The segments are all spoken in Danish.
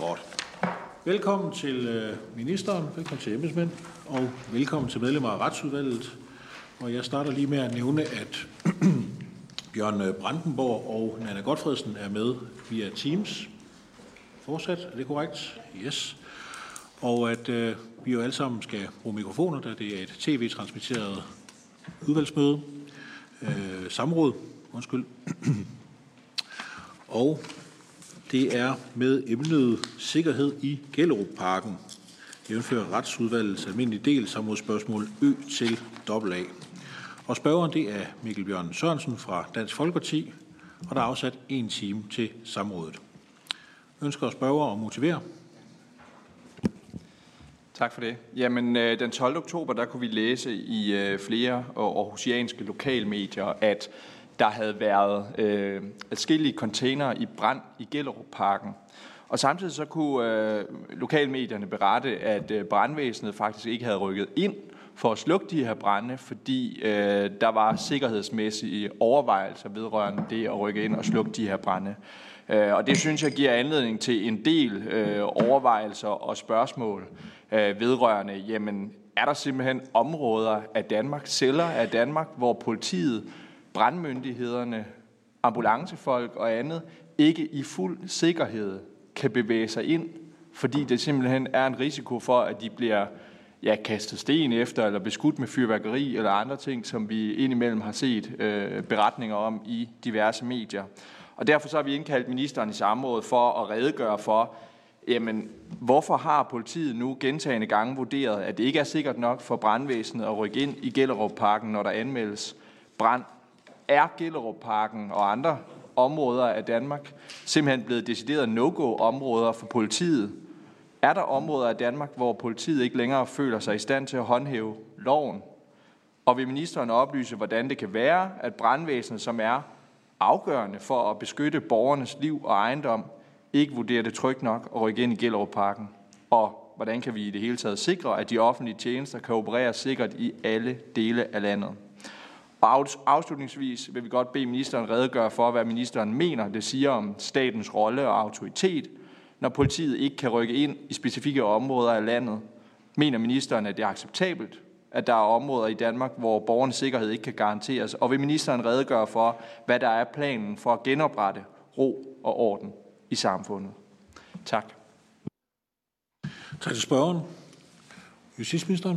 Godt. Velkommen til ministeren, velkommen til embedsmænd, og velkommen til medlemmer af Retsudvalget. Og jeg starter lige med at nævne, at Bjørn Brandenborg og Nanna Gotfredsen er med via Teams. Fortsat, er det korrekt? Yes. Og at vi jo alle sammen skal bruge mikrofoner, da det er et tv-transmitteret udvalgsmøde. Samråd, undskyld. Og det er med emnet sikkerhed i Gellerupparken. Det indfører Retsudvalgets almindelige del sammen mod spørgsmål Ø til AA. Og spørgeren det er Mikkel Bjørn Sørensen fra Dansk Folkeparti, og der er afsat 1 time til samrådet. Ønsker spørger at motivere? Tak for det. Jamen, den 12. oktober, der kunne vi læse i flere aarhusianske lokalmedier, at der havde været adskillige containere i brand i Gellerupparken. Og samtidig så kunne lokalmedierne berette, at brandvæsenet faktisk ikke havde rykket ind for at slukke de her brande, fordi der var sikkerhedsmæssige overvejelser vedrørende det at rykke ind og slukke de her brande. Og det synes jeg giver anledning til en del overvejelser og spørgsmål vedrørende, jamen er der simpelthen områder af Danmark, celler af Danmark, hvor politiet, brandmyndighederne, ambulancefolk og andet ikke i fuld sikkerhed kan bevæge sig ind, fordi det simpelthen er en risiko for, at de bliver kastet sten efter, eller beskudt med fyrværkeri, eller andre ting, som vi indimellem har set beretninger om i diverse medier. Og derfor så har vi indkaldt ministeren i samråd for at redegøre for, jamen, hvorfor har politiet nu gentagne gange vurderet, at det ikke er sikkert nok for brandvæsenet at rykke ind i Gellerupparken, når der anmeldes brand? Er Gellerupparken og andre områder af Danmark simpelthen blevet decideret no-go-områder for politiet? Er der områder af Danmark, hvor politiet ikke længere føler sig i stand til at håndhæve loven? Og vil ministeren oplyse, hvordan det kan være, at brandvæsenet, som er afgørende for at beskytte borgernes liv og ejendom, ikke vurderer det trygt nok at rykke ind i Gellerupparken? Og hvordan kan vi i det hele taget sikre, at de offentlige tjenester kan operere sikkert i alle dele af landet? Og afslutningsvis vil vi godt bede ministeren redegøre for, hvad ministeren mener, det siger om statens rolle og autoritet, når politiet ikke kan rykke ind i specifikke områder af landet. Mener ministeren, at det er acceptabelt, at der er områder i Danmark, hvor borgernes sikkerhed ikke kan garanteres? Og vil ministeren redegøre for, hvad der er planen for at genoprette ro og orden i samfundet? Tak. Tak til spørgeren. Justitsministeren.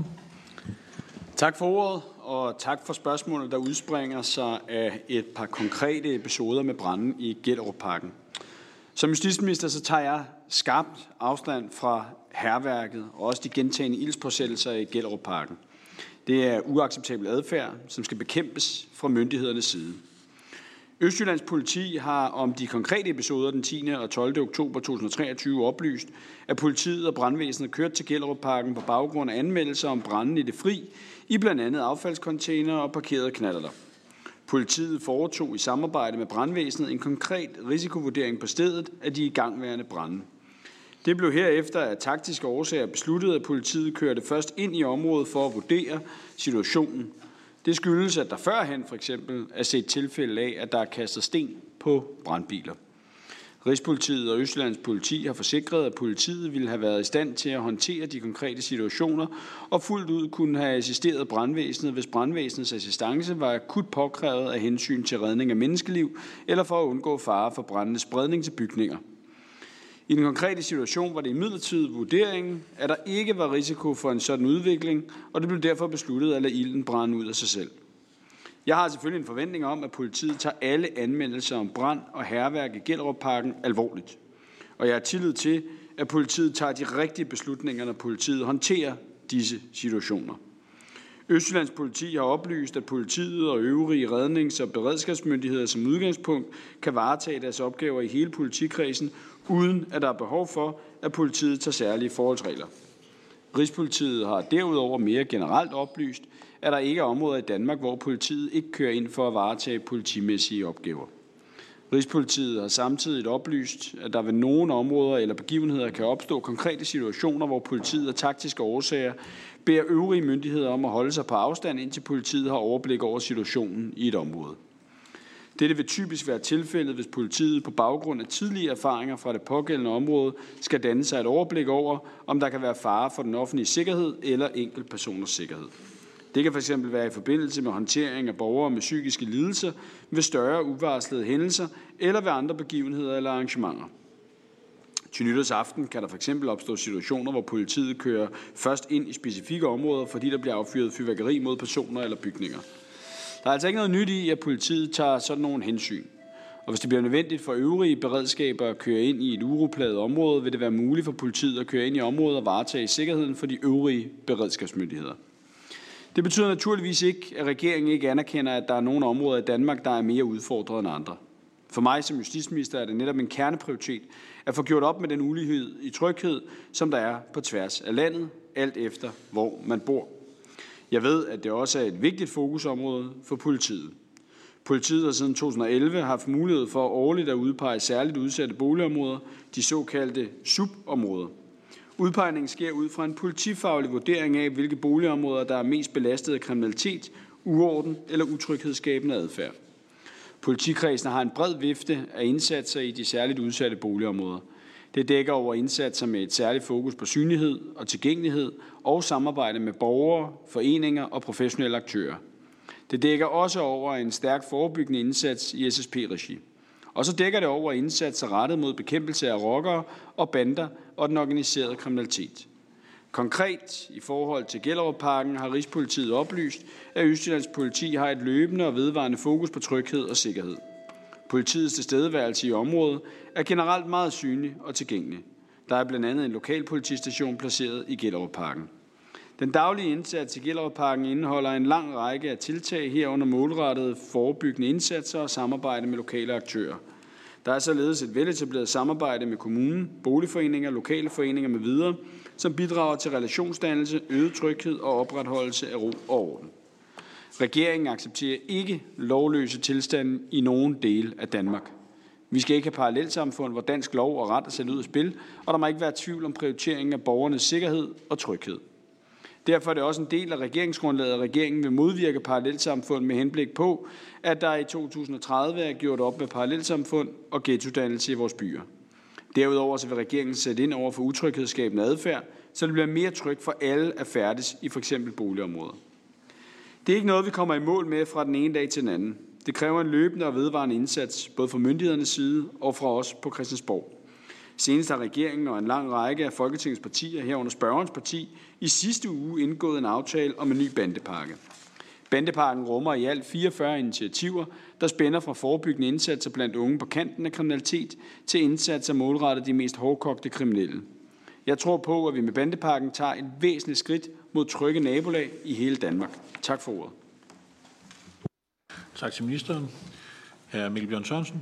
Tak for ordet, og tak for spørgsmålet, der udspringer sig af et par konkrete episoder med branden i Gellerupparken. Som justitsminister så tager jeg skarpt afstand fra hærværket og også de gentagne ildspåsættelser i Gellerupparken. Det er uacceptabel adfærd, som skal bekæmpes fra myndighedernes side. Østjyllands politi har om de konkrete episoder den 10. og 12. oktober 2023 oplyst, at politiet og brandvæsenet kørte til Gellerupparken på baggrund af anmeldelser om branden i det fri, i blandt andet affaldscontainere og parkerede knallerter. Politiet foretog i samarbejde med brandvæsenet en konkret risikovurdering på stedet af de igangværende brande. Det blev herefter af taktiske årsager besluttet, at politiet kørte først ind i området for at vurdere situationen. Det skyldes, at der førhen for eksempel er set tilfælde af, at der er kastet sten på brandbiler. Rigspolitiet og Østjyllands politi har forsikret, at politiet ville have været i stand til at håndtere de konkrete situationer og fuldt ud kunne have assisteret brandvæsenet, hvis brandvæsenets assistance var akut påkrævet af hensyn til redning af menneskeliv eller for at undgå fare for brandenes spredning til bygninger. I den konkrete situation var det imidlertid vurderingen, at der ikke var risiko for en sådan udvikling, og det blev derfor besluttet at lade ilden brænde ud af sig selv. Jeg har selvfølgelig en forventning om, at politiet tager alle anmeldelser om brand og hærværk i Gellerupparken alvorligt. Og jeg har tillid til, at politiet tager de rigtige beslutninger, når politiet håndterer disse situationer. Østjyllands politi har oplyst, at politiet og øvrige rednings- og beredskabsmyndigheder som udgangspunkt kan varetage deres opgaver i hele politikredsen, uden at der er behov for, at politiet tager særlige forholdsregler. Rigspolitiet har derudover mere generelt oplyst, at der ikke er områder i Danmark, hvor politiet ikke kører ind for at varetage politimæssige opgaver. Rigspolitiet har samtidig oplyst, at der ved nogle områder eller begivenheder kan opstå konkrete situationer, hvor politiet af taktiske årsager beder øvrige myndigheder om at holde sig på afstand, indtil politiet har overblik over situationen i et område. Dette vil typisk være tilfældet, hvis politiet på baggrund af tidlige erfaringer fra det pågældende område skal danne sig et overblik over, om der kan være fare for den offentlige sikkerhed eller enkeltpersoners sikkerhed. Det kan fx være i forbindelse med håndtering af borgere med psykiske lidelser ved større uvarslede hændelser eller ved andre begivenheder eller arrangementer. Til nytårsaften kan der fx opstå situationer, hvor politiet kører først ind i specifikke områder, fordi der bliver affyret fyrværkeri mod personer eller bygninger. Der er altså ikke noget nyt i, at politiet tager sådan nogle hensyn. Og hvis det bliver nødvendigt for øvrige beredskaber at køre ind i et uroplaget område, vil det være muligt for politiet at køre ind i området og varetage sikkerheden for de øvrige beredskabsmyndigheder. Det betyder naturligvis ikke, at regeringen ikke anerkender, at der er nogle områder i Danmark, der er mere udfordret end andre. For mig som justitsminister er det netop en kerneprioritet at få gjort op med den ulighed i tryghed, som der er på tværs af landet, alt efter hvor man bor. Jeg ved, at det også er et vigtigt fokusområde for politiet. Politiet har siden 2011 haft mulighed for årligt at udpege særligt udsatte boligområder, de såkaldte subområder. Udpegningen sker ud fra en politifaglig vurdering af, hvilke boligområder, der er mest belastet af kriminalitet, uorden eller utryghedsskabende adfærd. Politikredsene har en bred vifte af indsatser i de særligt udsatte boligområder. Det dækker over indsatser med et særligt fokus på synlighed og tilgængelighed og samarbejde med borgere, foreninger og professionelle aktører. Det dækker også over en stærk forebyggende indsats i SSP-regi. Og så dækker det over indsatser rettet mod bekæmpelse af rockere og bander og den organiserede kriminalitet. Konkret i forhold til Gellerupparken har Rigspolitiet oplyst, at Østjyllands politi har et løbende og vedvarende fokus på tryghed og sikkerhed. Politiets tilstedeværelse i området er generelt meget synlig og tilgængelig. Der er blandt andet en lokal politistation placeret i Gellerupparken. Den daglige indsats i Gellerupparken indeholder en lang række af tiltag herunder målrettede forebyggende indsatser og samarbejde med lokale aktører. Der er således et veletableret samarbejde med kommunen, boligforeninger, lokale foreninger med videre, som bidrager til relationsdannelse, øget tryghed og opretholdelse af ro og orden. Regeringen accepterer ikke lovløse tilstande i nogen del af Danmark. Vi skal ikke have parallelsamfund, hvor dansk lov og ret er sat ud af spil, og der må ikke være tvivl om prioriteringen af borgernes sikkerhed og tryghed. Derfor er det også en del af regeringsgrundlaget, at regeringen vil modvirke parallelsamfund med henblik på, at der i 2030 er gjort op med parallelsamfund og ghettodannelse i vores byer. Derudover så vil regeringen sætte ind over for utryghedsskabende adfærd, så det bliver mere trygt for alle at færdes i f.eks. boligområder. Det er ikke noget, vi kommer i mål med fra den ene dag til den anden. Det kræver en løbende og vedvarende indsats, både fra myndighedernes side og fra os på Christiansborg. Senest har regeringen og en lang række af Folketingets partier, herunder spørgerens parti, i sidste uge indgået en aftale om en ny bandepakke. Bandepakken rummer i alt 44 initiativer, der spænder fra forebyggende indsatser blandt unge på kanten af kriminalitet til indsatser målrettet de mest hårdkogte kriminelle. Jeg tror på, at vi med bandepakken tager et væsentligt skridt mod trygge nabolag i hele Danmark. Tak for ordet. Tak til ministeren. Hr. Mikkel Bjørn Sørensen.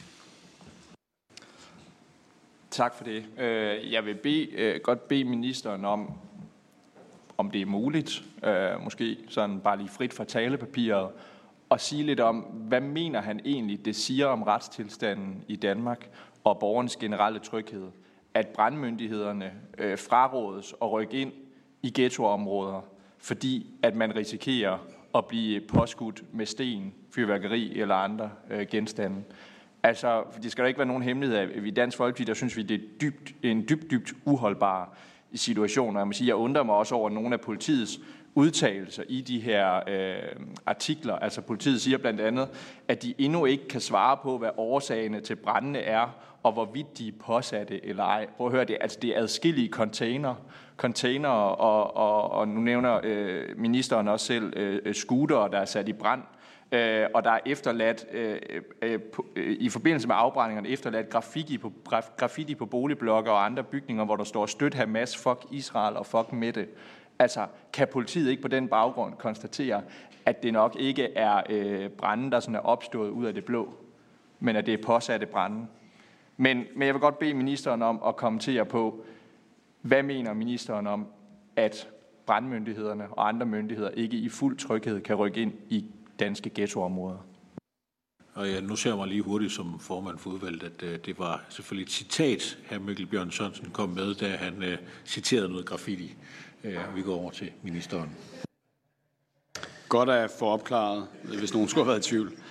Tak for det. Jeg vil godt bede ministeren om det er muligt, måske sådan bare lige frit fra talepapiret, og sige lidt om, hvad mener han egentlig, det siger om retstilstanden i Danmark og borgernes generelle tryghed, at brandmyndighederne frarådes at rykke ind i ghettoområder, fordi at man risikerer at blive påskudt med sten, fyrværkeri eller andre genstande. Altså, det skal der ikke være nogen hemmelighed af. Vi i Dansk Folkeparti, der synes vi, det er en dybt uholdbar situation. Og jeg må sige, jeg undrer mig også over nogle af politiets udtalelser i de her artikler. Altså, politiet siger blandt andet, at de endnu ikke kan svare på, hvad årsagerne til brandene er, og hvorvidt de er påsatte eller ej. Prøv at høre det. Altså, det er adskillige container og nu nævner ministeren også selv scootere, der er sat i brand. Og der er efterladt, i forbindelse med afbrændingerne, efterladt graffiti på boligblokke og andre bygninger, hvor der står støt Hamas, fuck Israel og fuck Mette. Altså, kan politiet ikke på den baggrund konstatere, at det nok ikke er brande, der sådan er opstået ud af det blå, men at det er påsatte brande? Men jeg vil godt bede ministeren om at kommentere på, hvad mener ministeren om, at brandmyndighederne og andre myndigheder ikke i fuld tryghed kan rykke ind i danske ghettoområder? Og jeg noterer mig lige hurtigt som formand for udvalget, at det var selvfølgelig et citat, hr. Mikkel Bjørn Sørensen kom med, da han citerede noget graffiti. Vi går over til ministeren. Godt at få opklaret, hvis nogen skulle have været i tvivl.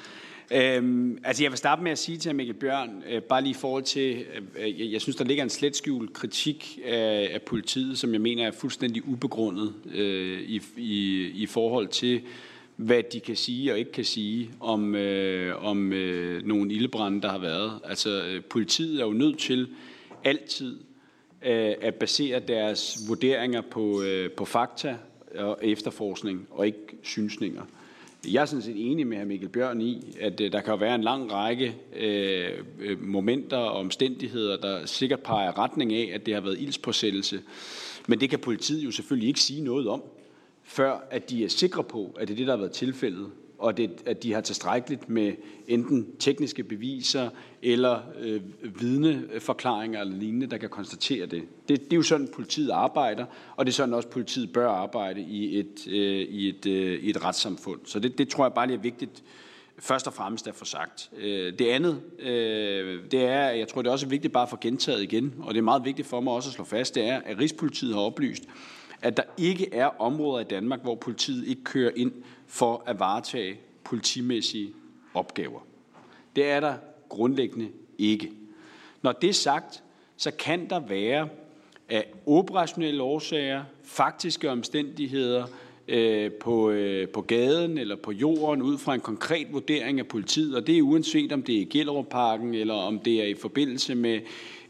Jeg vil starte med at sige til Mikkel Bjørn, bare lige i forhold til, jeg synes, der ligger en slet skjult kritik af politiet, som jeg mener er fuldstændig ubegrundet i forhold til, hvad de kan sige og ikke kan sige om nogle ildebrande, der har været. Altså, politiet er jo nødt til altid at basere deres vurderinger på fakta og efterforskning og ikke synsninger. Jeg er sådan set enig med hr. Mikkel Bjørn i, at der kan jo være en lang række momenter og omstændigheder, der sikkert peger retning af, at det har været ildspåsættelse. Men det kan politiet jo selvfølgelig ikke sige noget om, før at de er sikre på, at det er det, der har været tilfældet, og at de har tilstrækkeligt med enten tekniske beviser eller vidneforklaringer eller lignende, der kan konstatere det. Det er jo sådan, politiet arbejder, og det er sådan også, politiet bør arbejde i et retssamfund. Så det tror jeg bare lige er vigtigt først og fremmest at få sagt. Det andet, det er, jeg tror det er også vigtigt bare at få gentaget igen, og det er meget vigtigt for mig også at slå fast, det er, at Rigspolitiet har oplyst, at der ikke er områder i Danmark, hvor politiet ikke kører ind for at varetage politimæssige opgaver. Det er der grundlæggende ikke. Når det er sagt, så kan der være af operationelle årsager, faktiske omstændigheder på gaden eller på jorden ud fra en konkret vurdering af politiet, og det er uanset om det er i Gellerupparken eller om det er i forbindelse med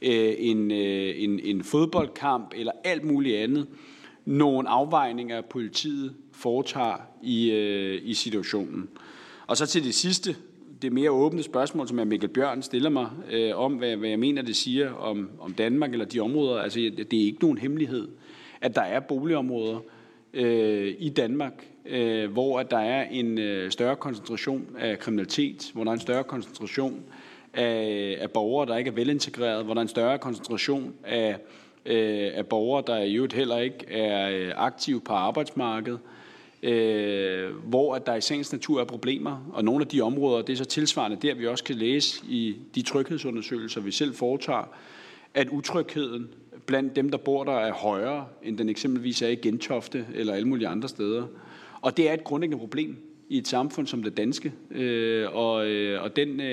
en fodboldkamp eller alt muligt andet, nogle afvejninger, politiet foretager i situationen. Og så til det sidste, det mere åbne spørgsmål, som Mikkel Bjørn stiller mig om, hvad jeg mener, det siger om Danmark eller de områder. Altså, det er ikke nogen hemmelighed, at der er boligområder i Danmark, hvor der er en større koncentration af kriminalitet, hvor der er en større koncentration af borgere, der ikke er velintegreret, hvor der er en større koncentration af borgere, der i øvrigt heller ikke er aktive på arbejdsmarkedet, hvor der i sagens natur er problemer. Og nogle af de områder, det er så tilsvarende der, vi også kan læse i de tryghedsundersøgelser, vi selv foretager, at utrygheden blandt dem, der bor der, er højere, end den eksempelvis er i Gentofte eller alle mulige andre steder. Og det er et grundlæggende problem i et samfund som det danske. Og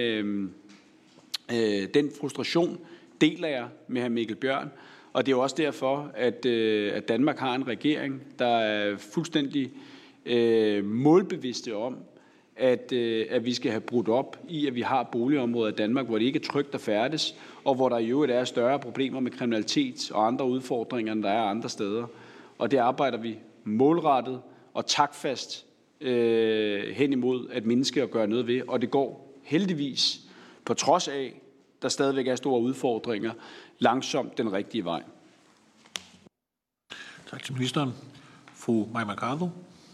den frustration deler jeg med hr. Mikkel Bjørn. Og det er jo også derfor, at Danmark har en regering, der er fuldstændig målbevidste om, at vi skal have brudt op i, at vi har boligområder i Danmark, hvor det ikke er trygt at færdes, og hvor der i øvrigt er større problemer med kriminalitet og andre udfordringer, end der er andre steder. Og det arbejder vi målrettet og taktfast hen imod at mindske og gøre noget ved. Og det går heldigvis, på trods af, der stadigvæk er store udfordringer, langsomt den rigtige vej. Tak til ministeren. Fru Mai Mercado.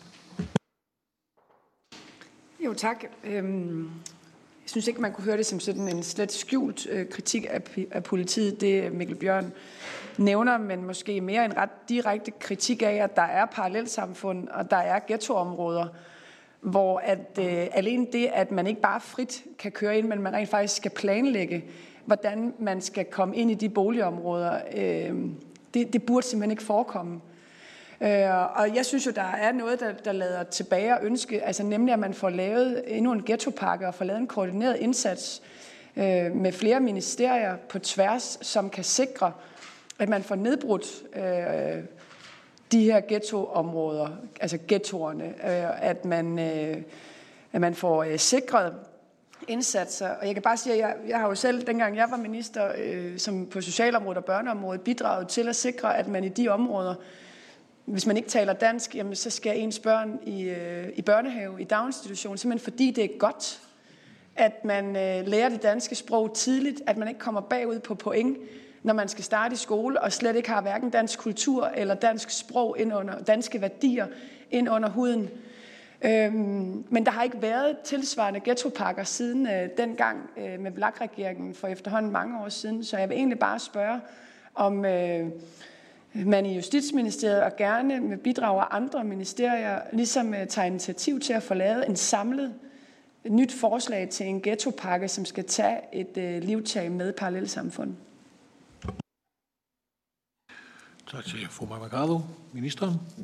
Jo, tak. Jeg synes ikke, man kunne høre det som sådan en slet skjult kritik af politiet, det Mikkel Bjørn nævner, men måske mere en ret direkte kritik af, at der er parallelsamfund, og der er ghettoområder, hvor alene det, at man ikke bare frit kan køre ind, men man rent faktisk skal planlægge, hvordan man skal komme ind i de boligområder, det burde simpelthen ikke forekomme. Og jeg synes jo, der er noget, der lader tilbage at ønske, altså nemlig, at man får lavet endnu en ghettopakke og får lavet en koordineret indsats med flere ministerier på tværs, som kan sikre, at man får nedbrudt de her ghettoområder, altså ghettoerne, at man får sikret indsatser. Og jeg kan bare sige, at jeg har jo selv, dengang jeg var minister, som på socialområdet og børneområdet, bidraget til at sikre, at man i de områder, hvis man ikke taler dansk, jamen, så skal ens børn i børnehave, i daginstitution, simpelthen fordi det er godt, at man lærer det danske sprog tidligt, at man ikke kommer bagud på point, når man skal starte i skole, og slet ikke har hverken dansk kultur eller dansk sprog ind under, danske værdier ind under huden. Men der har ikke været tilsvarende ghettopakker siden dengang med VLAK-regeringen for efterhånden mange år siden, så jeg vil egentlig bare spørge, om man i Justitsministeriet og gerne med bidrag af andre ministerier ligesom tager initiativ til at få lavet en samlet nyt forslag til en ghettopakke, som skal tage et livtag med parallelsamfund. Tak til fru Mai Mercado. Ministeren.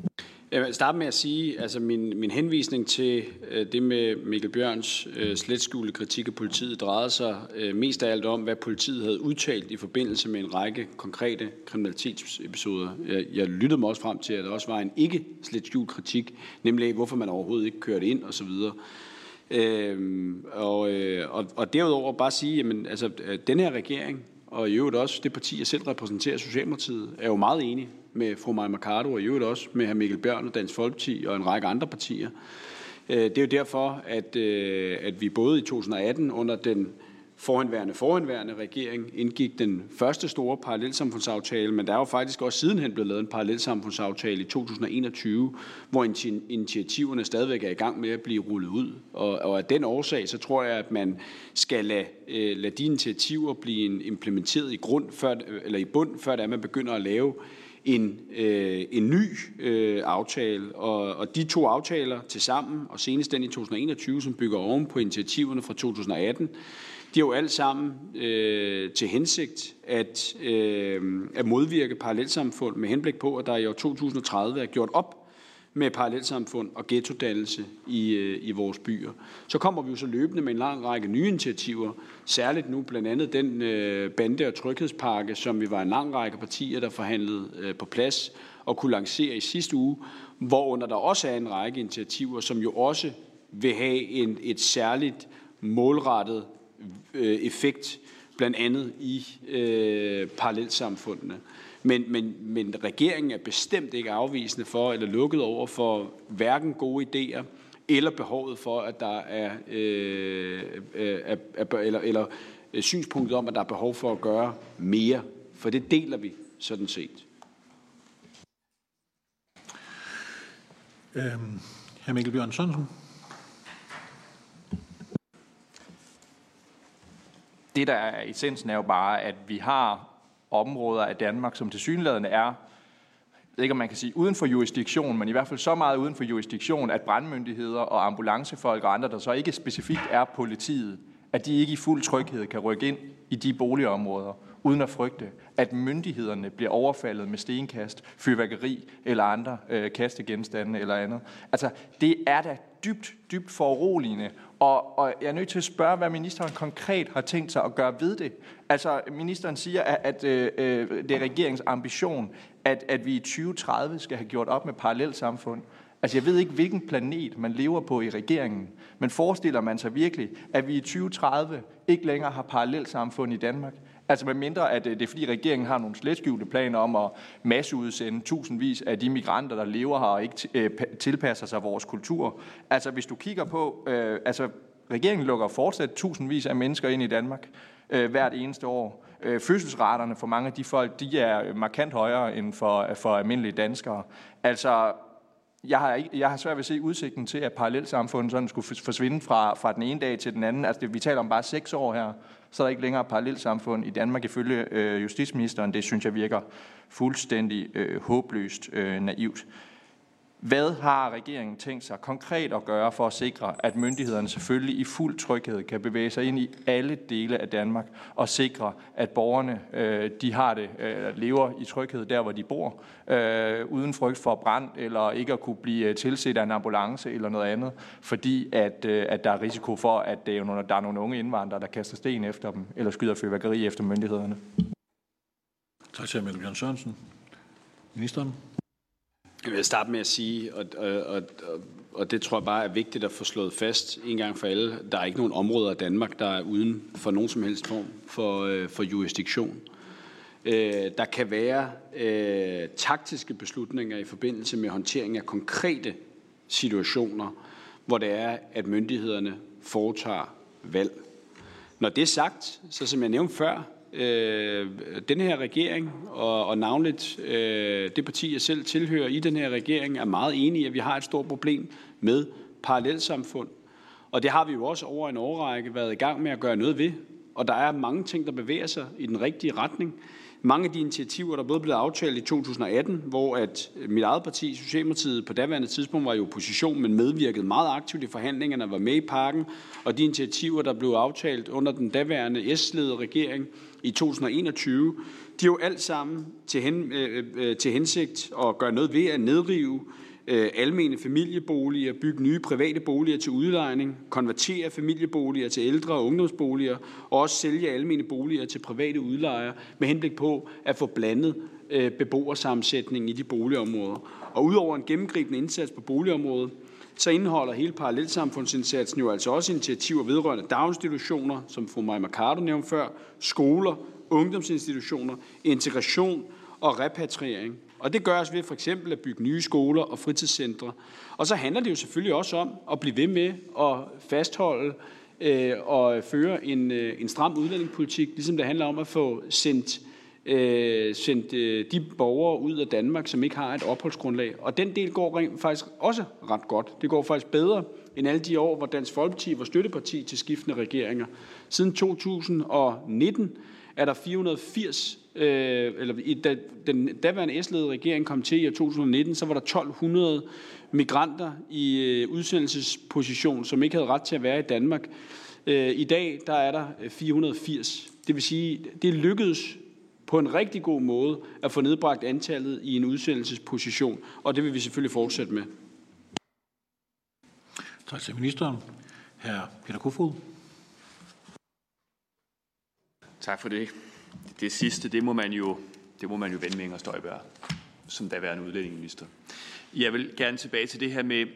Jeg vil starte med at sige, altså min henvisning til det med Mikkel Bjørns sletskjulte kritik af politiet drejede sig mest af alt om, hvad politiet havde udtalt i forbindelse med en række konkrete kriminalitetsepisoder. Jeg lyttede mig også frem til, at der også var en ikke sletskjult kritik, nemlig hvorfor man overhovedet ikke kørte ind osv. Og derudover bare sige, jamen altså den her regering, og i øvrigt også det parti, jeg selv repræsenterer, Socialdemokratiet, er jo meget enige med fru Mai Mercado, og i øvrigt også med hr. Mikkel Bjørn og Dansk Folkeparti og en række andre partier. Det er jo derfor, at vi både i 2018 under den forhenværende regering indgik den første store parallelsamfundsaftale, men der er jo faktisk også sidenhen blevet lavet en parallelsamfundsaftale i 2021, hvor initiativerne stadigvæk er i gang med at blive rullet ud. Og af den årsag, så tror jeg, at man skal lade de initiativer blive implementeret i bund, før man begynder at lave en ny aftale. Og de to aftaler til sammen, og senest den i 2021, som bygger oven på initiativerne fra 2018, de er jo alt sammen til hensigt at modvirke parallelsamfund med henblik på, at der i år 2030 er gjort op med parallelsamfund og ghettodannelse i vores byer. Så kommer vi jo så løbende med en lang række nye initiativer, særligt nu blandt andet den bande- og tryghedspakke, som vi var en lang række partier, der forhandlede på plads og kunne lancere i sidste uge, hvorunder der også er en række initiativer, som jo også vil have et særligt målrettet effekt, blandt andet i parallelsamfundene. Men regeringen er bestemt ikke afvisende for eller lukket over for hverken gode idéer eller behovet for, at der eller synspunktet om, at der er behov for at gøre mere. For det deler vi sådan set. Hr. Mikkel Bjørn Sørensen. Det, der er essensen, er jo bare, at vi har områder af Danmark, som tilsyneladende er, jeg ved ikke, om man kan sige uden for jurisdiktion, men i hvert fald så meget uden for jurisdiktion, at brandmyndigheder og ambulancefolk og andre, der så ikke specifikt er politiet, at de ikke i fuld tryghed kan rykke ind i de boligområder, uden at frygte, at myndighederne bliver overfaldet med stenkast, fyrværkeri eller andre kastegenstande eller andet. Altså, det er da dybt foruroligende, og jeg er nødt til at spørge, hvad ministeren konkret har tænkt sig at gøre ved det. Altså, ministeren siger, at det er regeringens ambition, at vi i 2030 skal have gjort op med parallelsamfund. Altså, jeg ved ikke, hvilken planet man lever på i regeringen, men forestiller man sig virkelig, at vi i 2030 ikke længere har parallelsamfund i Danmark? Altså med mindre, at det er fordi regeringen har nogle sletskjulte planer om at masseudsende tusindvis af de migranter, der lever her og ikke tilpasser sig vores kultur. Altså hvis du kigger på, regeringen lukker fortsat tusindvis af mennesker ind i Danmark hvert eneste år. Fødselsraterne for mange af de folk, de er markant højere end for almindelige danskere. Altså jeg har svært ved at se udsigten til, at parallelsamfundet sådan skulle forsvinde fra den ene dag til den anden. Altså vi taler om bare 6 år her, så er der ikke længere parallelsamfund i Danmark ifølge justitsministeren. Det synes jeg virker fuldstændig håbløst naivt. Hvad har regeringen tænkt sig konkret at gøre for at sikre, at myndighederne selvfølgelig i fuld tryghed kan bevæge sig ind i alle dele af Danmark og sikre, at borgerne de har det, lever i tryghed der, hvor de bor, uden frygt for brand eller ikke at kunne blive tilset af en ambulance eller noget andet, fordi at der er risiko for, at der er nogle unge indvandrere, der kaster sten efter dem eller skyder fyrværkeri efter myndighederne? Tak til Mikkel Bjørn Sørensen. Ministeren. Jeg vil starte med at sige, og det tror jeg bare er vigtigt at få slået fast en gang for alle, der er ikke nogen områder af Danmark, der er uden for nogen som helst form for jurisdiktion. Der kan være taktiske beslutninger i forbindelse med håndtering af konkrete situationer, hvor det er, at myndighederne foretager valg. Når det er sagt, så som jeg nævnte før, den her regering, og navnligt det parti, jeg selv tilhører i den her regering, er meget enige i, at vi har et stort problem med parallelsamfund. Og det har vi jo også over en årrække været i gang med at gøre noget ved. Og der er mange ting, der bevæger sig i den rigtige retning. Mange af de initiativer, der både blev aftalt i 2018, hvor at mit eget parti, Socialdemokratiet, på daværende tidspunkt var i opposition, men medvirkede meget aktivt i forhandlingerne, var med i pakken, og de initiativer, der blev aftalt under den daværende S-ledede regering i 2021, de er jo alt sammen til hensigt at gøre noget ved at nedrive almene familieboliger, bygge nye private boliger til udlejning, konvertere familieboliger til ældre- og ungdomsboliger, og også sælge almene boliger til private udlejere med henblik på at få blandet beboersammensætningen i de boligområder. Og udover en gennemgribende indsats på boligområdet, så indeholder hele parallelsamfundsindsatsen jo altså også initiativer vedrørende daginstitutioner, som fru Mai Mercado nævnte før, skoler, ungdomsinstitutioner, integration og repatriering. Og det gøres ved for eksempel at bygge nye skoler og fritidscentre. Og så handler det jo selvfølgelig også om at blive ved med at fastholde og føre en stram udlændingepolitik, ligesom det handler om at få sendt de borgere ud af Danmark, som ikke har et opholdsgrundlag. Og den del går faktisk også ret godt. Det går faktisk bedre end alle de år, hvor Dansk Folkeparti var støtteparti til skiftende regeringer. Siden 2019 er der 480, da den daværende S-ledede regering kom til i 2019, så var der 1200 migranter i udsendelsesposition, som ikke havde ret til at være i Danmark. I dag der er der 480. Det vil sige, det lykkedes på en rigtig god måde at få nedbragt antallet i en udsendelsesposition, og det vil vi selvfølgelig fortsætte med. Tak til ministeren. Hr. Peter Kofod. Tak for det. Det sidste, det må man jo vende med Inger Støjberg, som daværende udlændingeminister. Jeg vil gerne tilbage til det her med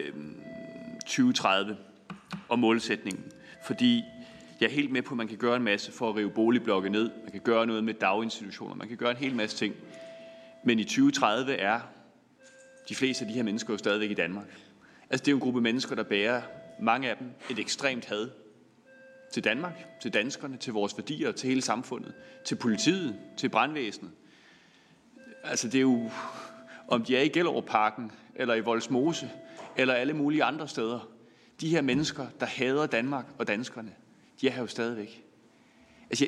2030 og målsætningen, fordi jeg er helt med på, at man kan gøre en masse for at rive boligblokke ned, man kan gøre noget med daginstitutioner, man kan gøre en hel masse ting. Men i 2030 er de fleste af de her mennesker jo stadigvæk i Danmark. Altså det er jo en gruppe mennesker, der bærer, mange af dem, et ekstremt had til Danmark, til danskerne, til vores værdier, til hele samfundet, til politiet, til brandvæsenet. Altså det er jo, om de er i Gellerupparken, eller i Vollsmose, eller alle mulige andre steder. De her mennesker, der hader Danmark og danskerne, de er her jo stadigvæk. Altså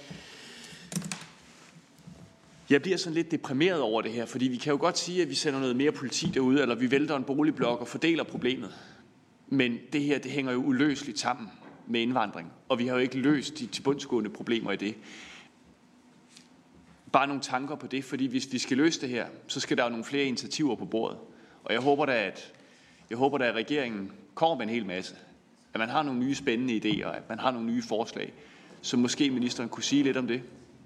jeg bliver sådan lidt deprimeret over det her, fordi vi kan jo godt sige, at vi sender noget mere politi derude, eller vi vælter en boligblok og fordeler problemet. Men det her, det hænger jo uløseligt sammen med indvandring, og vi har jo ikke løst de tilbundsgående problemer i det. Bare nogle tanker på det, fordi hvis vi skal løse det her, så skal der jo nogle flere initiativer på bordet. Og jeg håber da, at regeringen kommer med en hel masse. At man har nogle nye spændende idéer, at man har nogle nye forslag, så måske ministeren kunne sige lidt om det.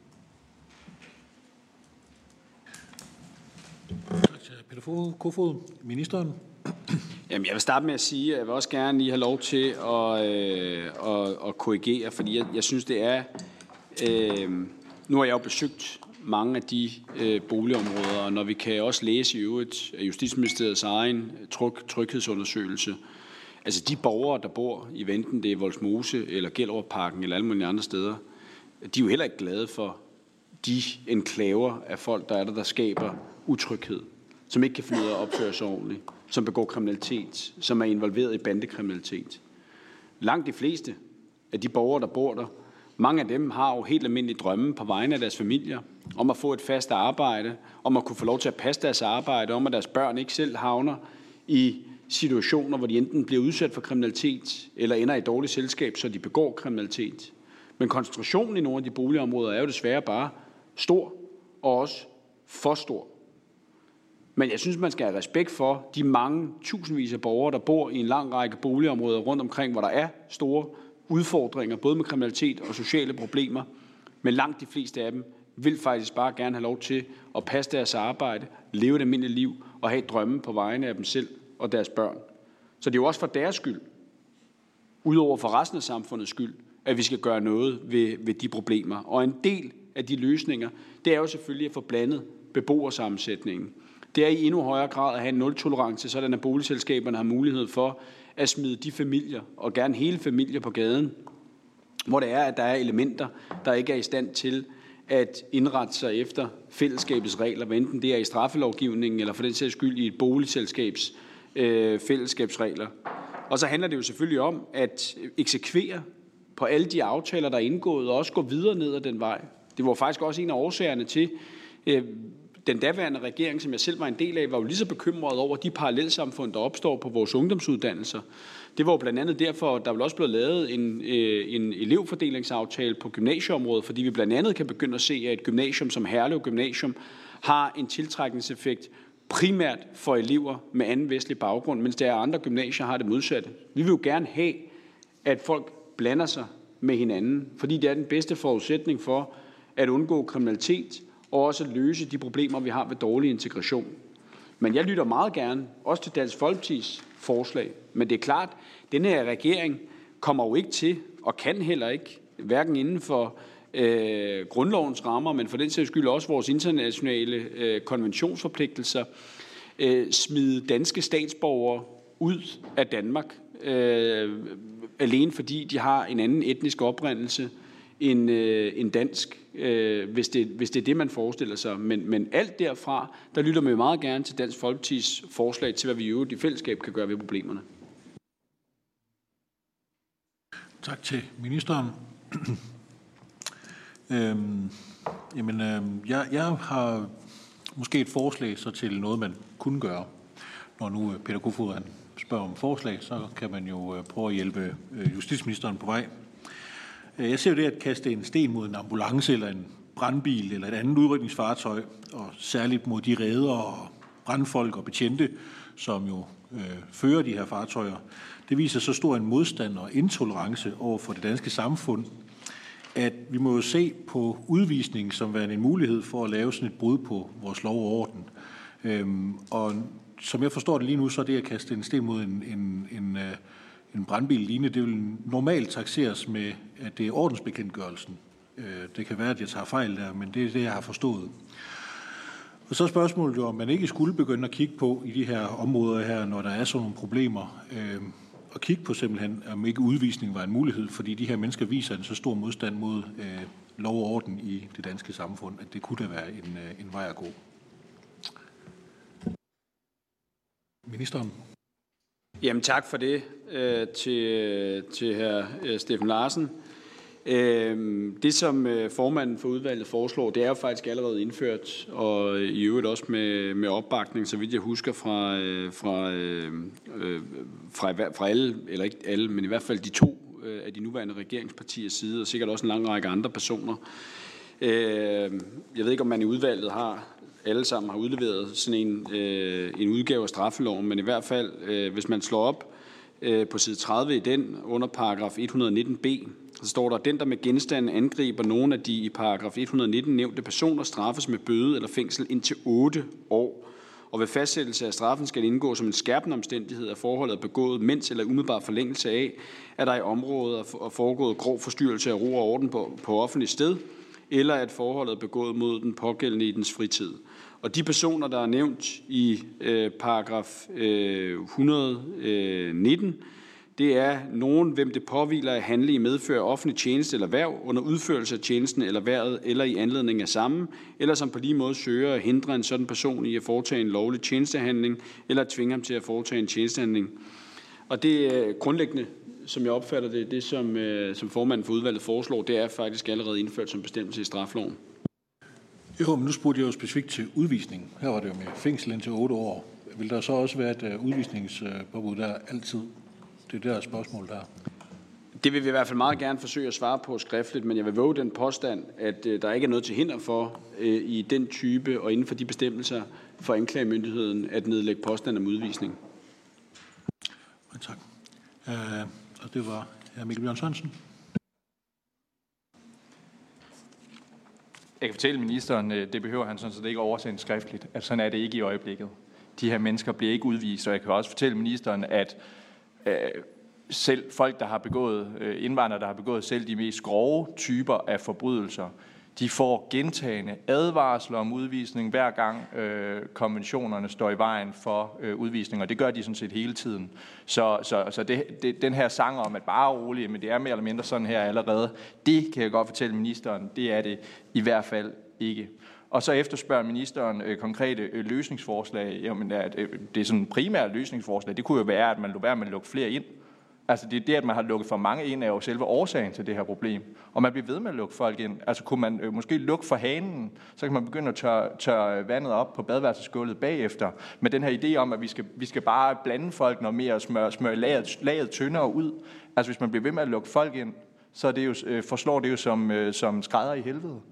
Tak til Peter Kofod. Ministeren. Jamen, jeg vil starte med at sige, at jeg vil også gerne lige have lov til at korrigere, fordi jeg synes, det er... Nu har jeg jo besøgt mange af de boligområder, og når vi kan også læse i øvrigt af Justitsministeriets egen tryghedsundersøgelse, altså de borgere, der bor i enten det er Vollsmose eller Gellerupparken eller alle mulige andre steder, de er jo heller ikke glade for de enklaver af folk, der skaber utryghed, som ikke kan finde ud af at opføre sig ordentligt, som begår kriminalitet, som er involveret i bandekriminalitet. Langt de fleste af de borgere, der bor der, mange af dem har jo helt almindelige drømme på vegne af deres familier, om at få et fast arbejde, om at kunne få lov til at passe deres arbejde, om at deres børn ikke selv havner i situationer, hvor de enten bliver udsat for kriminalitet, eller ender i dårligt selskab, så de begår kriminalitet. Men koncentrationen i nogle af de boligområder er jo desværre bare stor, og også for stor. Men jeg synes, man skal have respekt for de mange tusindvis af borgere, der bor i en lang række boligområder rundt omkring, hvor der er store udfordringer, både med kriminalitet og sociale problemer. Men langt de fleste af dem vil faktisk bare gerne have lov til at passe deres arbejde, leve et almindeligt liv og have drømme på vegne af dem selv og deres børn. Så det er jo også for deres skyld, udover for resten af samfundets skyld, at vi skal gøre noget ved de problemer. Og en del af de løsninger, det er jo selvfølgelig at få blandet beboersammensætningen. Det er i endnu højere grad at have en nul-tolerance, sådan at boligselskaberne har mulighed for at smide de familier, og gerne hele familier på gaden, hvor det er, at der er elementer, der ikke er i stand til at indrette sig efter fællesskabets regler, hvad enten det er i straffelovgivningen, eller for den sags skyld i et boligselskabs fællesskabsregler. Og så handler det jo selvfølgelig om at eksekvere på alle de aftaler, der er indgået, og også gå videre ned ad den vej. Det var faktisk også en af årsagerne til, den daværende regering, som jeg selv var en del af, var jo lige så bekymret over de parallelsamfund, der opstår på vores ungdomsuddannelser. Det var jo blandt andet derfor, der vil også blive lavet en elevfordelingsaftale på gymnasieområdet, fordi vi blandt andet kan begynde at se, at et gymnasium som Herlev Gymnasium har en tiltrækningseffekt primært for elever med anden vestlig baggrund, mens der er andre gymnasier, har det modsatte. Vi vil jo gerne have, at folk blander sig med hinanden, fordi det er den bedste forudsætning for at undgå kriminalitet og også løse de problemer, vi har ved dårlig integration. Men jeg lytter meget gerne, også til Dansk Folkepartis forslag. Men det er klart, at denne her regering kommer jo ikke til, og kan heller ikke, hverken inden for grundlovens rammer, men for den sags skyld også vores internationale konventionsforpligtelser, smide danske statsborgere ud af Danmark, alene fordi de har en anden etnisk oprindelse end dansk, hvis det er det, man forestiller sig. Men alt derfra, der lytter man meget gerne til Dansk Folkepartis forslag til, hvad vi i øvrigt i fællesskab kan gøre ved problemerne. Tak til ministeren. Jeg har måske et forslag så til noget, man kunne gøre. Når nu Peter Kofod han spørger om forslag, så kan man jo prøve at hjælpe justitsministeren på vej. Jeg ser jo det at kaste en sten mod en ambulance eller en brandbil eller et andet udrykningsfartøj, og særligt mod de redere og brandfolk og betjente, som jo fører de her fartøjer. Det viser så stor en modstand og intolerance over for det danske samfund, at vi må jo se på udvisning som værende en mulighed for at lave sådan et brud på vores lov og orden. Og som jeg forstår det lige nu, så er det at kaste en sten mod en brandbil lignende, det vil normalt takseres med, at det er ordensbekendtgørelsen. Det kan være, at jeg tager fejl der, men det er det, jeg har forstået. Og så er spørgsmålet jo, om man ikke skulle begynde at kigge på i de her områder her, når der er sådan nogle problemer, og kigge på simpelthen, om ikke udvisning var en mulighed, fordi de her mennesker viser en så stor modstand mod lov og orden i det danske samfund, at det kunne da være en vej at gå. Ministeren. Jamen tak for det til hr. Steffen Larsen. Det, som formanden for udvalget foreslår, det er jo faktisk allerede indført, og i øvrigt også med opbakning, så vidt jeg husker, fra alle, eller ikke alle, men i hvert fald de to af de nuværende regeringspartiers side, og sikkert også en lang række andre personer. Jeg ved ikke, om man i udvalget alle sammen har udleveret sådan en udgave af straffeloven, men i hvert fald, hvis man slår op på side 30 i den, under paragraf 119b, så står der, at den, der med genstande angriber nogen af de i paragraf 119 nævnte personer, straffes med bøde eller fængsel indtil 8 år. Og ved fastsættelse af straffen skal det indgå som en skærpende omstændighed, at forholdet er begået, mens eller umiddelbar forlængelse af, at der i området er foregået grov forstyrrelse af ro og orden på offentlig sted, eller at forholdet er begået mod den pågældende i dens fritid. Og de personer, der er nævnt i paragraf 119, det er nogen, hvem det påhviler at handle i medfør af offentlig tjeneste eller hverv, under udførelse af tjenesten eller hvervet, eller i anledning af samme, eller som på lige måde søger at hindre en sådan person i at foretage en lovlig tjenestehandling, eller at tvinge ham til at foretage en tjenestehandling. Og det er grundlæggende, som jeg opfatter det som formanden for udvalget foreslår, det er faktisk allerede indført som bestemmelse i strafloven. Jo, men nu spurgte jeg jo specifikt til udvisning. Her var det jo med fængsel indtil 8 år. Vil der så også være et udvisningspåbud der altid? Det er der spørgsmål der. Det vil vi i hvert fald meget gerne forsøge at svare på skriftligt, men jeg vil våge den påstand, at der ikke er noget til hinder for i den type og inden for de bestemmelser for anklagemyndigheden at nedlægge påstand om udvisning. Tak. Og det var hr. Mikkel Bjørn Sørensen. Jeg kan fortælle ministeren, det behøver han sådan set ikke oversende skriftligt, at sådan er det ikke i øjeblikket. De her mennesker bliver ikke udvist, og jeg kan også fortælle ministeren, at selv folk, der har begået, indvandrere, der har begået selv de mest grove typer af forbrydelser, de får gentagende advarsler om udvisning, hver gang konventionerne står i vejen for udvisning, og det gør de sådan set hele tiden. Så den her sang om, at bare roligt, men det er mere eller mindre sådan her allerede, det kan jeg godt fortælle ministeren, det er det i hvert fald ikke. Og så efterspørger ministeren konkrete løsningsforslag. Jamen, det er sådan en primær løsningsforslag. Det kunne jo være, at man lå være med at lukke flere ind. Altså det, at man har lukket for mange ind, er jo selve årsagen til det her problem. Og man bliver ved med at lukke folk ind. Altså kunne man måske lukke for hanen, så kan man begynde at tørre vandet op på badeværelsesgulvet bagefter. Med den her idé om, at vi skal bare blande folk noget mere og smøre laget tyndere ud. Altså hvis man bliver ved med at lukke folk ind, så er det jo, forslår det jo som skrædder i helvede.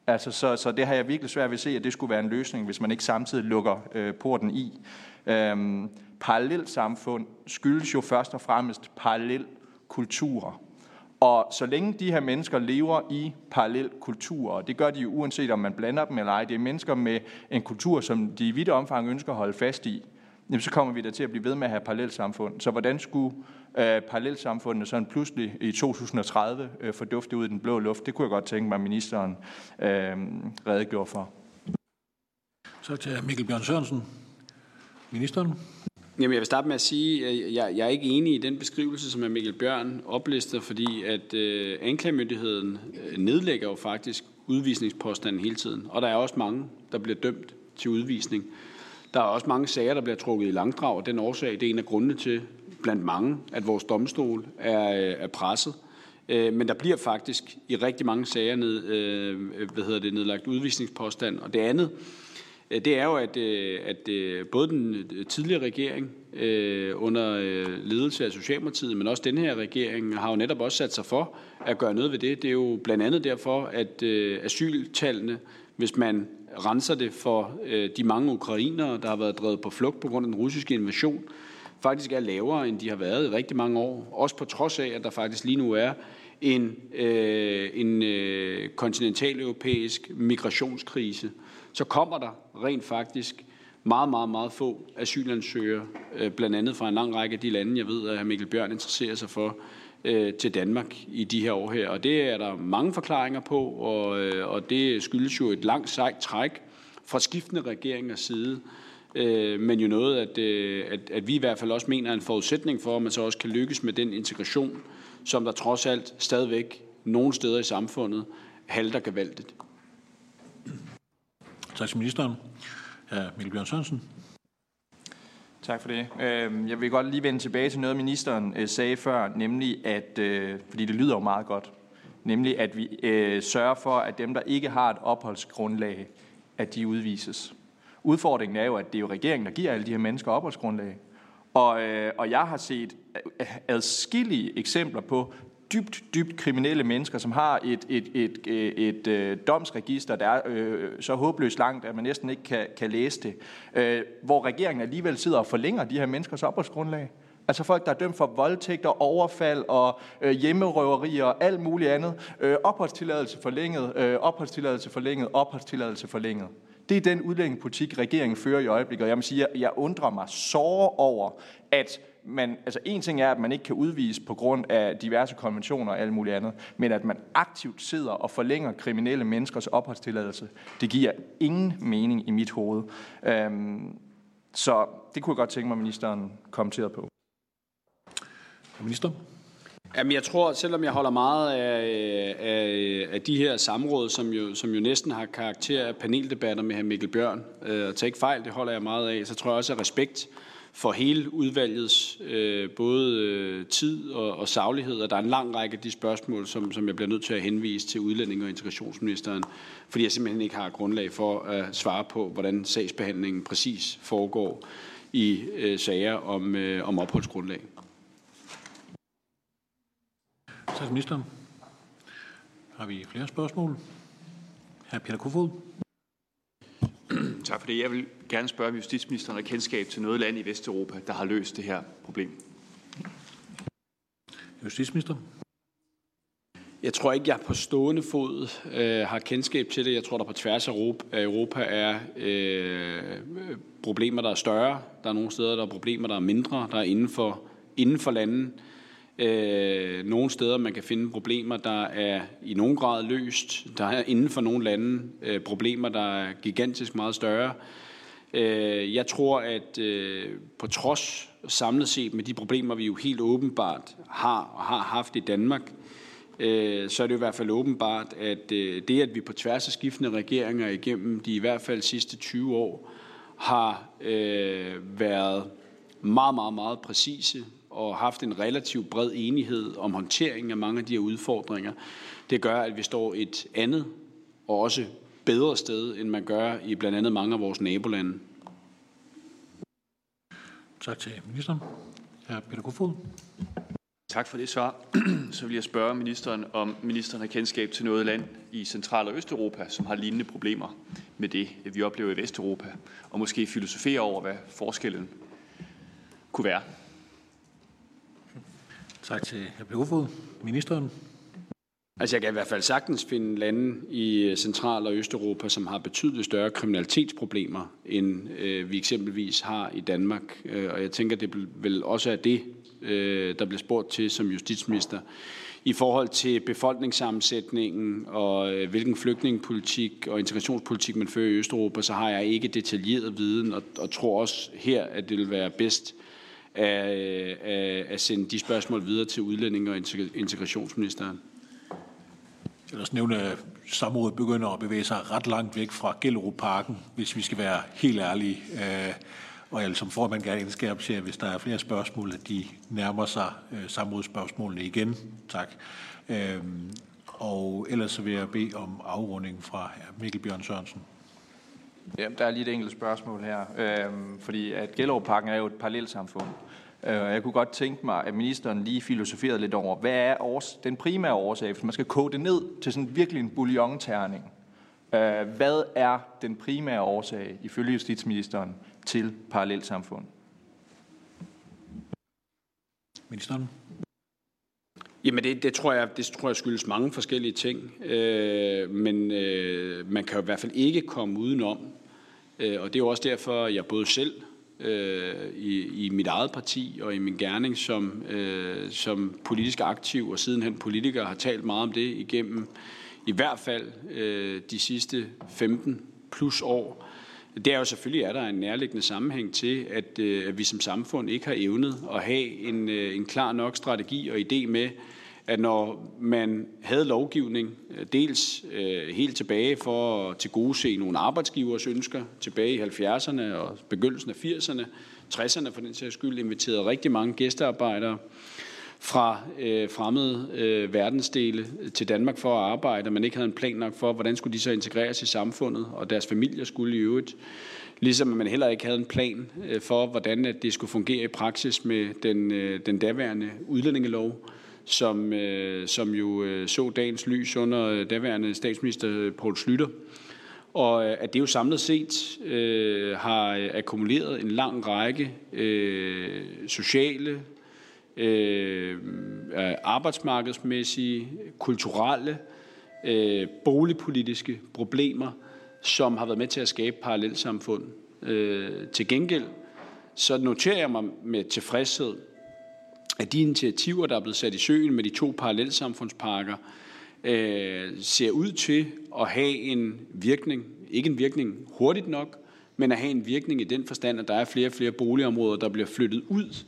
Altså, så det har jeg virkelig svært ved at se, at det skulle være en løsning, hvis man ikke samtidig lukker porten i. Parallelsamfund skyldes jo først og fremmest parallel kulturer. Og så længe de her mennesker lever i parallel kulturer, det gør de jo uanset om man blander dem eller ej, det er mennesker med en kultur, som de i vidt omfang ønsker at holde fast i, jamen, så kommer vi da til at blive ved med at have parallelsamfund. Så hvordan skulle parallelsamfundene sådan pludselig i 2030 fordufte ud i den blå luft? Det kunne jeg godt tænke mig, at ministeren redegjorde for. Så til Mikkel Bjørn Sørensen. Ministeren. Jamen, jeg vil starte med at sige, at jeg er ikke enig i den beskrivelse, som Mikkel Bjørn oplister, fordi at anklagemyndigheden nedlægger jo faktisk udvisningspåstanden hele tiden. Og der er også mange, der bliver dømt til udvisning. Der er også mange sager, der bliver trukket i langdrag, og den årsag, det er en af grundene til, blandt mange, at vores domstol er presset. Men der bliver faktisk i rigtig mange sager nedlagt udvisningspåstand. Og det andet, det er jo, at både den tidligere regering under ledelse af Socialdemokratiet, men også den her regering, har jo netop også sat sig for at gøre noget ved det. Det er jo blandt andet derfor, at asyltallene, hvis man renser det for de mange ukrainere, der har været drevet på flugt på grund af den russiske invasion, faktisk er lavere, end de har været i rigtig mange år. Også på trods af, at der faktisk lige nu er en kontinentaleuropæisk migrationskrise, så kommer der rent faktisk meget, meget, meget få asylansøgere, blandt andet fra en lang række af de lande, jeg ved, at hr. Mikkel Bjørn interesserer sig for, til Danmark i de her år her. Og det er der mange forklaringer på, og det skyldes jo et langt sejt træk fra skiftende regeringers side, men jo noget, at vi i hvert fald også mener er en forudsætning for, at man så også kan lykkes med den integration, som der trods alt stadigvæk nogle steder i samfundet halter gevaldigt. Tak til ministeren. Hr. Mikkel Bjørn Sørensen. Tak for det. Jeg vil godt lige vende tilbage til noget, ministeren sagde før, nemlig at, fordi det lyder jo meget godt, nemlig at vi sørger for, at dem, der ikke har et opholdsgrundlag, at de udvises. Udfordringen er jo, at det er jo regeringen, der giver alle de her mennesker opholdsgrundlag. Og jeg har set adskillige eksempler på dybt kriminelle mennesker, som har et domsregister, der er så håbløst langt, at man næsten ikke kan læse det, hvor regeringen alligevel sidder og forlænger de her menneskers opholdsgrundlag. Altså folk, der er dømt for voldtægter, overfald og hjemmerøverier og alt muligt andet. Opholdstilladelse forlænget. Det er den udlændingepolitik, regeringen fører i øjeblikket. Og jeg må sige, at jeg undrer mig såre over, at en ting er, at man ikke kan udvise på grund af diverse konventioner og alt muligt andet, men at man aktivt sidder og forlænger kriminelle menneskers opholdstilladelse, det giver ingen mening i mit hoved. Så det kunne jeg godt tænke mig, at ministeren kommenterede på. Minister? Jamen, jeg tror, selvom jeg holder meget af de her samråd, som jo næsten har karakter af paneldebatter med hr. Mikkel Bjørn, og tag ikke fejl, det holder jeg meget af, så tror jeg også, at respekt for hele udvalgets både tid og saglighed, og der er en lang række af de spørgsmål, som jeg bliver nødt til at henvise til udlændinge- og integrationsministeren, fordi jeg simpelthen ikke har grundlag for at svare på, hvordan sagsbehandlingen præcis foregår i sager om opholdsgrundlag. Tak til ministeren. Har vi flere spørgsmål? Hr. Peter Kofod. Tak for det. Jeg vil gerne spørge, om justitsministeren har kendskab til noget land i Vesteuropa, der har løst det her problem. Justitsminister. Jeg tror ikke, jeg på stående fod har kendskab til det. Jeg tror, der på tværs af Europa er problemer, der er større. Der er nogle steder, der er problemer, der er mindre. Der er inden for landen. Nogle steder, man kan finde problemer, der er i nogen grad løst. Der er inden for nogle lande problemer, der er gigantisk meget større. Jeg tror, at på trods samlet set med de problemer, vi jo helt åbenbart har haft i Danmark, så er det i hvert fald åbenbart, at det, at vi på tværs af skiftende regeringer igennem de i hvert fald sidste 20 år har været meget, meget, meget præcise og haft en relativt bred enighed om håndteringen af mange af de her udfordringer, det gør, at vi står et andet og også bedre sted, end man gør i blandt andet mange af vores nabolande. Tak til ministeren. Hr. Peter Kofod. Tak for det svar. Så vil jeg spørge ministeren, om ministeren har kendskab til noget land i Central- og Østeuropa, som har lignende problemer med det, vi oplever i Vesteuropa, og måske filosofere over, hvad forskellen kunne være. Tak til hr. Kofod. Ministeren. Altså jeg kan i hvert fald sagtens finde lande i Central- og Østeuropa, som har betydeligt større kriminalitetsproblemer, end vi eksempelvis har i Danmark. Og jeg tænker, det vel også er det, der bliver spurgt til som justitsminister. I forhold til befolkningssammensætningen og hvilken flygtningepolitik og integrationspolitik man fører i Østeuropa, så har jeg ikke detaljeret viden, og tror også her, at det vil være bedst at sende de spørgsmål videre til udlændinge- og integrationsministeren. Ellers nævne, at samrådet begynder at bevæge sig ret langt væk fra Gellerupparken, hvis vi skal være helt ærlige. Og jeg som formand gerne indskærpe til, at hvis der er flere spørgsmål, at de nærmer sig samrådsspørgsmålene igen. Tak. Og ellers så vil jeg bede om afrunding fra Mikkel Bjørn Sørensen. Ja, der er lige et enkelt spørgsmål her, fordi at Gellerupparken er jo et parallelsamfund. Jeg kunne godt tænke mig, at ministeren lige filosoferede lidt over, hvad er den primære årsag, hvis man skal koge det ned til sådan virkelig en bouillonterning. Hvad er den primære årsag, ifølge justitsministeren, til parallelsamfund? Ministeren? Jamen det tror jeg skyldes mange forskellige ting, men man kan jo i hvert fald ikke komme udenom, og det er jo også derfor, jeg både selv i mit eget parti og i min gerning som politisk aktiv og sidenhen politiker har talt meget om det igennem i hvert fald de sidste 15 plus år. Det er jo selvfølgelig, at der er en nærliggende sammenhæng til, at vi som samfund ikke har evnet at have en klar nok strategi og idé med, at når man havde lovgivning, dels helt tilbage for at tilgodese nogle arbejdsgivers ønsker, tilbage i 70'erne og begyndelsen af 80'erne, 60'erne for den sags skyld, inviterede rigtig mange gæstearbejdere fra fremmede verdensdele til Danmark for at arbejde, og man ikke havde en plan nok for, hvordan skulle de så integreres i samfundet, og deres familier skulle i øvrigt. Ligesom man heller ikke havde en plan for, hvordan at det skulle fungere i praksis med den daværende udlændingelov, som jo så dagens lys under daværende statsminister Poul Schlüter. Og at det jo samlet set har akkumuleret en lang række sociale, arbejdsmarkedsmæssige, kulturelle, boligpolitiske problemer, som har været med til at skabe parallelsamfund. Til gengæld så noterer jeg mig med tilfredshed, at de initiativer, der er blevet sat i søen med de 2 parallelsamfundspakker, ser ud til at have en virkning. Ikke en virkning hurtigt nok, men at have en virkning i den forstand, at der er flere og flere boligområder, der bliver flyttet ud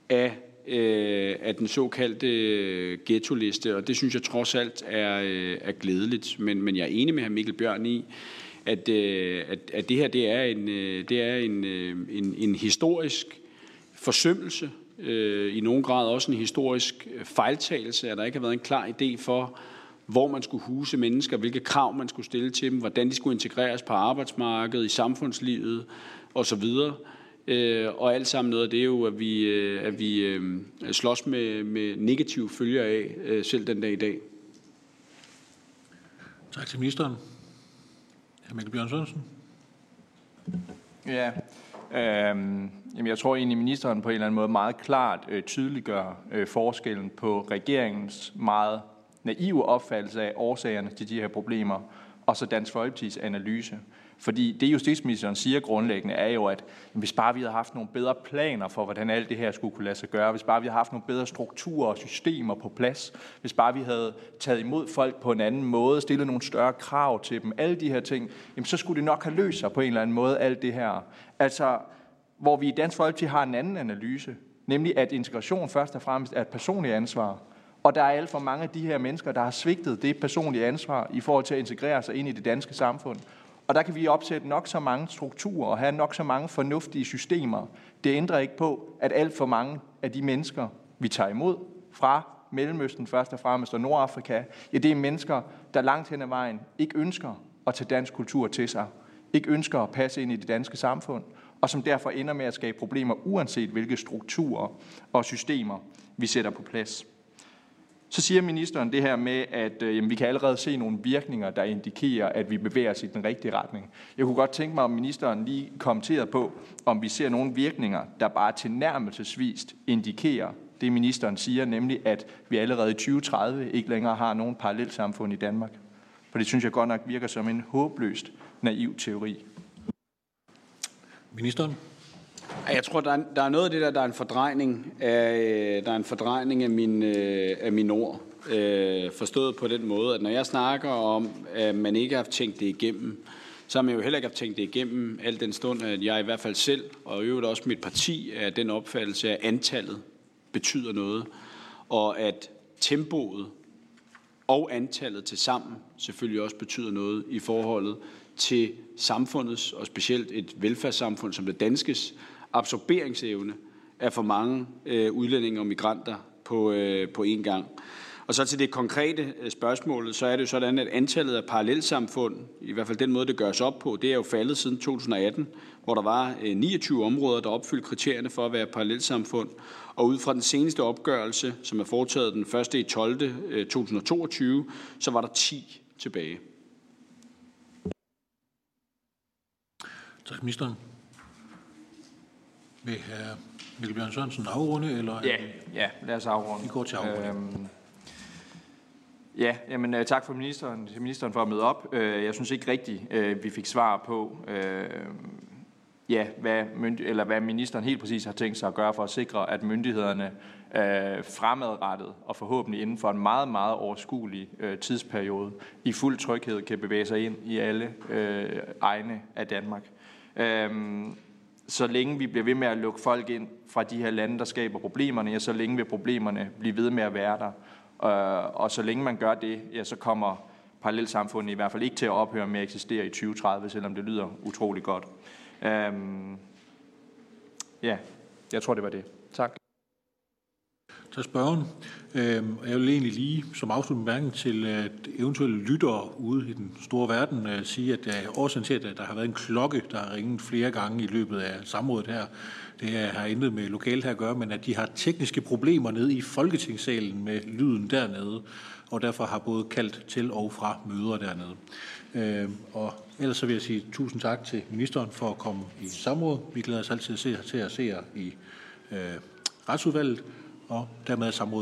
af den såkaldte ghettoliste, og det synes jeg trods alt er glædeligt. Men jeg er enig med hr. Mikkel Bjørn i, at det her det er en historisk forsømmelse, i nogen grad også en historisk fejltagelse, at der ikke har været en klar idé for, hvor man skulle huse mennesker, hvilke krav man skulle stille til dem, hvordan de skulle integreres på arbejdsmarkedet, i samfundslivet osv. Og alt sammen noget af det er jo, at vi slås med negative følger af, selv den dag i dag. Tak til ministeren. Hr. Mikkel Bjørn Sørensen. Ja, jamen jeg tror egentlig, at ministeren på en eller anden måde meget klart tydeliggør forskellen på regeringens meget naive opfattelse af årsagerne til de her problemer, og så Dansk Folkepartis analyse. Fordi det justitsministeren siger grundlæggende er jo, at hvis bare vi havde haft nogle bedre planer for, hvordan alt det her skulle kunne lade sig gøre, hvis bare vi havde haft nogle bedre strukturer og systemer på plads, hvis bare vi havde taget imod folk på en anden måde, stillet nogle større krav til dem, alle de her ting, jamen så skulle det nok have løst sig på en eller anden måde, alt det her. Altså, hvor vi i Dansk Folkeparti har en anden analyse, nemlig at integration først og fremmest er et personligt ansvar. Og der er alt for mange af de her mennesker, der har svigtet det personlige ansvar i forhold til at integrere sig ind i det danske samfund. Og der kan vi opsætte nok så mange strukturer og have nok så mange fornuftige systemer. Det ændrer ikke på, at alt for mange af de mennesker, vi tager imod fra Mellemøsten først og fremmest og Nordafrika, ja, det er mennesker, der langt hen ad vejen ikke ønsker at tage dansk kultur til sig, ikke ønsker at passe ind i det danske samfund, og som derfor ender med at skabe problemer, uanset hvilke strukturer og systemer vi sætter på plads. Så siger ministeren det her med, at vi kan allerede se nogle virkninger, der indikerer, at vi bevæger os i den rigtige retning. Jeg kunne godt tænke mig, om ministeren lige kommenterede på, om vi ser nogle virkninger, der bare tilnærmelsesvist indikerer det, ministeren siger, nemlig at vi allerede i 2030 ikke længere har nogen parallelsamfund i Danmark. For det synes jeg godt nok virker som en håbløst naiv teori. Ministeren? Jeg tror, der er noget af det der er en fordrejning af mine ord. Forstået på den måde, at når jeg snakker om, at man ikke har tænkt det igennem, så har man jo heller ikke haft tænkt det igennem, al den stund, at jeg i hvert fald selv, og i øvrigt også mit parti, er den opfattelse, at antallet betyder noget, og at tempoet og antallet til sammen selvfølgelig også betyder noget i forholdet til samfundets, og specielt et velfærdssamfund som det danskes, absorberingsevne af for mange udlændinge og migranter på én gang. Og så til det konkrete spørgsmål, så er det jo sådan, at antallet af parallelsamfund, i hvert fald den måde, det gøres op på, det er jo faldet siden 2018, hvor der var 29 områder, der opfyldte kriterierne for at være parallelsamfund. Og ud fra den seneste opgørelse, som er foretaget den 1.12.2022, så var der 10 tilbage. Tak, ministeren. Vil hr. Mikkel Bjørn Sørensen afrunde? Eller Ja, lad os afrunde. Vi går til afrunde. Tak for ministeren for at møde op. Jeg synes ikke rigtigt, vi fik svar på, hvad ministeren helt præcis har tænkt sig at gøre for at sikre, at myndighederne fremadrettet og forhåbentlig inden for en meget, meget overskuelig tidsperiode i fuld tryghed kan bevæge sig ind i alle egne af Danmark. Så længe vi bliver ved med at lukke folk ind fra de her lande, der skaber problemerne, så længe vil problemerne blive ved med at være der. Og så længe man gør det, så kommer parallelsamfundet i hvert fald ikke til at ophøre med at eksistere i 2030, selvom det lyder utrolig godt. Jeg tror, det var det. Tak. Tak spørgeren. Jeg vil egentlig lige som afslutning bemærkning til eventuelle lyttere ude i den store verden sige, at årsagen til, at der har været en klokke, der har ringet flere gange i løbet af samrådet her, det har intet med lokalet her at gøre, men at de har tekniske problemer nede i Folketingssalen med lyden dernede, og derfor har både kaldt til og fra møder dernede. Og ellers så vil jeg sige tusind tak til ministeren for at komme i samråd. Vi glæder os altid til at se jer i Retsudvalget, og dermed er samrådet